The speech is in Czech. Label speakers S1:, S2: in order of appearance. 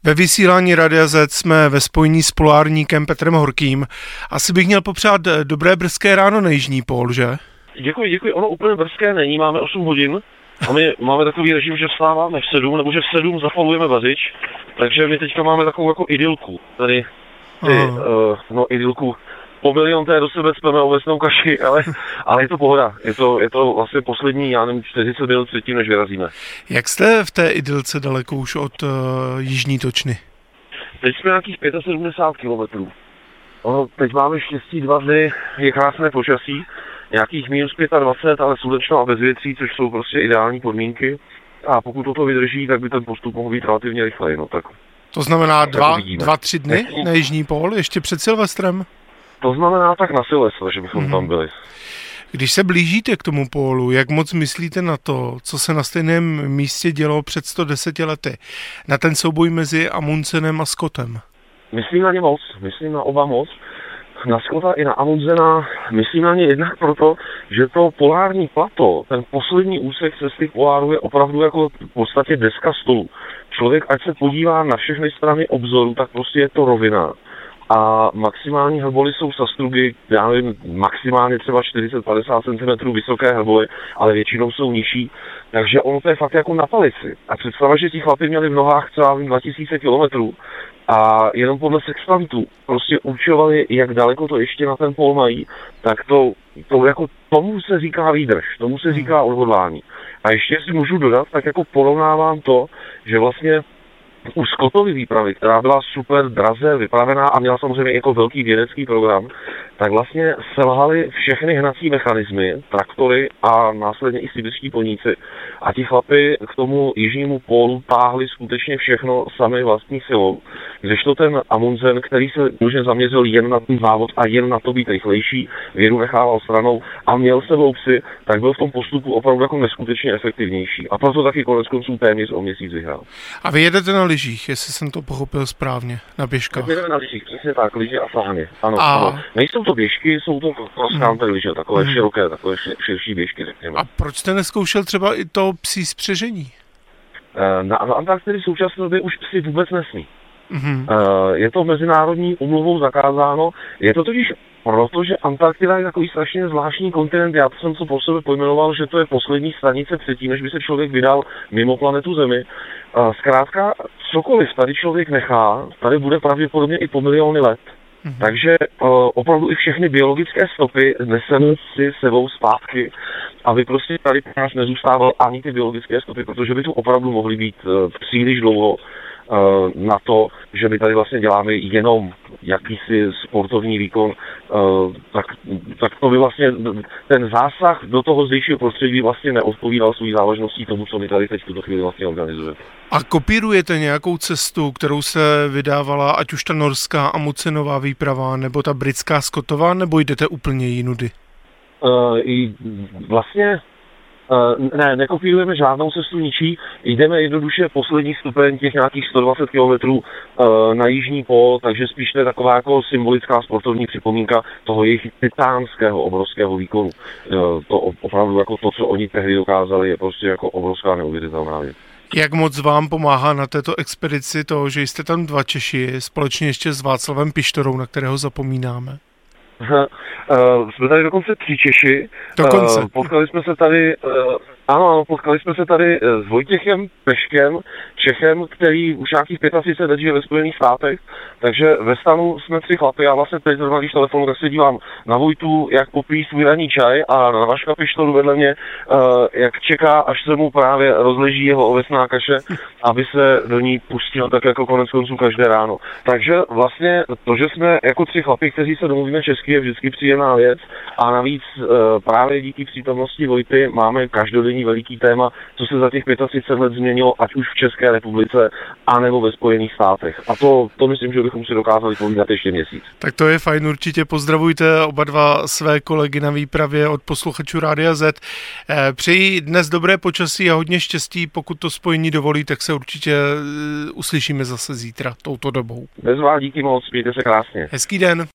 S1: Ve vysílání Radia Z jsme ve spojení s polárníkem Petrem Horkým. Asi bych měl popřát dobré brzké ráno na jižní pól, že?
S2: Děkuji. Ono úplně brzké není, máme 8 hodin a my máme takový režim, že vstáváme v 7, nebo že v 7 zapalujeme vařič, takže my teďka máme takovou jako idylku. Tady idylku. Po milionté do sebe cpeme ovesnou kaši, ale je to pohoda. Je to vlastně poslední, 40 minut předtím, než vyrazíme.
S1: Jak jste v té idylce daleko už od Jižní Točny?
S2: Teď jsme nějakých 75 kilometrů. Teď máme štěstí 2 dny, je krásné počasí, nějakých minus 25, ale slunečno a bez větří, což jsou prostě ideální podmínky. A pokud toto vydrží, tak by ten postup mohl být relativně rychlej.
S1: To znamená 2-3 dny na Jižní pól, ještě před Silvestrem?
S2: To znamená tak na Silvestra, že bychom tam byli.
S1: Když se blížíte k tomu pólu, jak moc myslíte na to, co se na stejném místě dělo před 110 lety? Na ten souboj mezi Amundsenem a Scottem?
S2: Myslím na ně moc, myslím na oba moc. Na Scotta i na Amundsena, myslím na ně jednak proto, že to polární plato, ten poslední úsek cesty poláru je opravdu jako v podstatě deska stolu. Člověk, ať se podívá na všechny strany obzoru, tak prostě je to rovina. A maximální hrboly jsou sastrugy, já nevím, maximálně třeba 40-50 cm vysoké hrboly, ale většinou jsou nižší, takže ono to je fakt jako na palici. A představa, že ti chlapi měli v nohách třeba 2000 km a jenom podle sextantů prostě určovali, jak daleko to ještě na ten pól mají, tak to jako tomu se říká výdrž, tomu se říká odhodlání. A ještě si můžu dodat, tak jako porovnávám to, že vlastně u Scottovy výpravy, která byla super draze vypravená a měla samozřejmě jako velký vědecký program, tak vlastně selhaly všechny hnací mechanismy, traktory a následně i sibirští poníci. A ti chlapi k tomu jižnímu pólu táhli skutečně všechno sami vlastní silou. Kdežto ten Amundsen, který se možná zaměřil jen na ten závod a jen na to být rychlejší, vědu nechával stranou a měl sebou psy, tak byl v tom postupu opravdu jako neskutečně efektivnější. A proto taky koneckonců téměř o měsíc vyhrál.
S1: A vy jedete na lyžích, jestli jsem to pochopil správně, na běžkách?
S2: Jedeme na lyžích, přesně tak, lyže a sáhně. Ano. Nejsou to běžky, jsou to cross-country lyže, takové široké, takové širší běžky, řekněme.
S1: A proč jste neskoušel třeba i to psí spřežení?
S2: Na Antarktidě v současné době už psi vůbec nesmí. Je to mezinárodní úmluvou zakázáno. Je to totiž proto, že Antarktida je takový strašně zvláštní kontinent. Já to jsem to po sebe pojmenoval, že to je poslední stanice předtím, než by se člověk vydal mimo planetu Zemi. Zkrátka, cokoliv tady člověk nechá, tady bude pravděpodobně i po miliony let. Takže opravdu i všechny biologické stopy neseme si sebou zpátky, aby prostě tady pro nás nezůstával ani ty biologické stopy, protože by tu opravdu mohly být příliš dlouho na to, že my tady vlastně děláme jenom jakýsi sportovní výkon, tak to by vlastně ten zásah do toho zdejšího prostředí vlastně neodpovídal svou závažností tomu, co my tady teď v tuto chvíli vlastně organizujeme.
S1: A kopírujete nějakou cestu, kterou se vydávala ať už ta norská Amundsenová výprava, nebo ta britská Scottová, nebo jdete úplně jinudy?
S2: Vlastně nekopírujeme žádnou cestu ničí, jdeme jednoduše poslední stupeň těch nějakých 120 km na jižní pól, takže spíš to je taková jako symbolická sportovní připomínka toho jejich titánského obrovského výkonu. To opravdu jako to, co oni tehdy dokázali, je prostě jako obrovská neuvěřitelná věc.
S1: Jak moc vám pomáhá na této expedici to, že jste tam 2 Češi, společně ještě s Václavem Pištorou, na kterého zapomínáme?
S2: Jsme tady dokonce 3 Češi.
S1: Dokonce.
S2: Potkali jsme se tady s Vojtěchem Peškem, Čechem, který už nějakých 35 let žije ve Spojených státech, takže ve stanu jsme 3 chlapy. Já vlastně teď zrovna, když telefonu, tak se dívám na Vojtu, jak popíjí svůj ranní čaj a na Vaška Pištoru vedle mě, jak čeká, až se mu právě rozleží jeho ovesná kaše, aby se do ní pustil tak jako koneckonců každé ráno. Takže vlastně to, že jsme jako 3 chlapy, kteří se domluvíme česky, je vždycky příjemná věc a navíc právě díky přítomnosti Vojty máme každodenní veliký téma, co se za těch 35 let změnilo, ať už v České republice, anebo ve Spojených státech. A to myslím, že bychom si dokázali povídat ještě měsíc.
S1: Tak to je fajn, určitě pozdravujte oba dva své kolegy na výpravě od posluchačů Rádia Z. Přeji dnes dobré počasí a hodně štěstí, pokud to spojení dovolí, tak se určitě uslyšíme zase zítra touto dobou.
S2: Bez vás díky moc, mějte se krásně.
S1: Hezký den.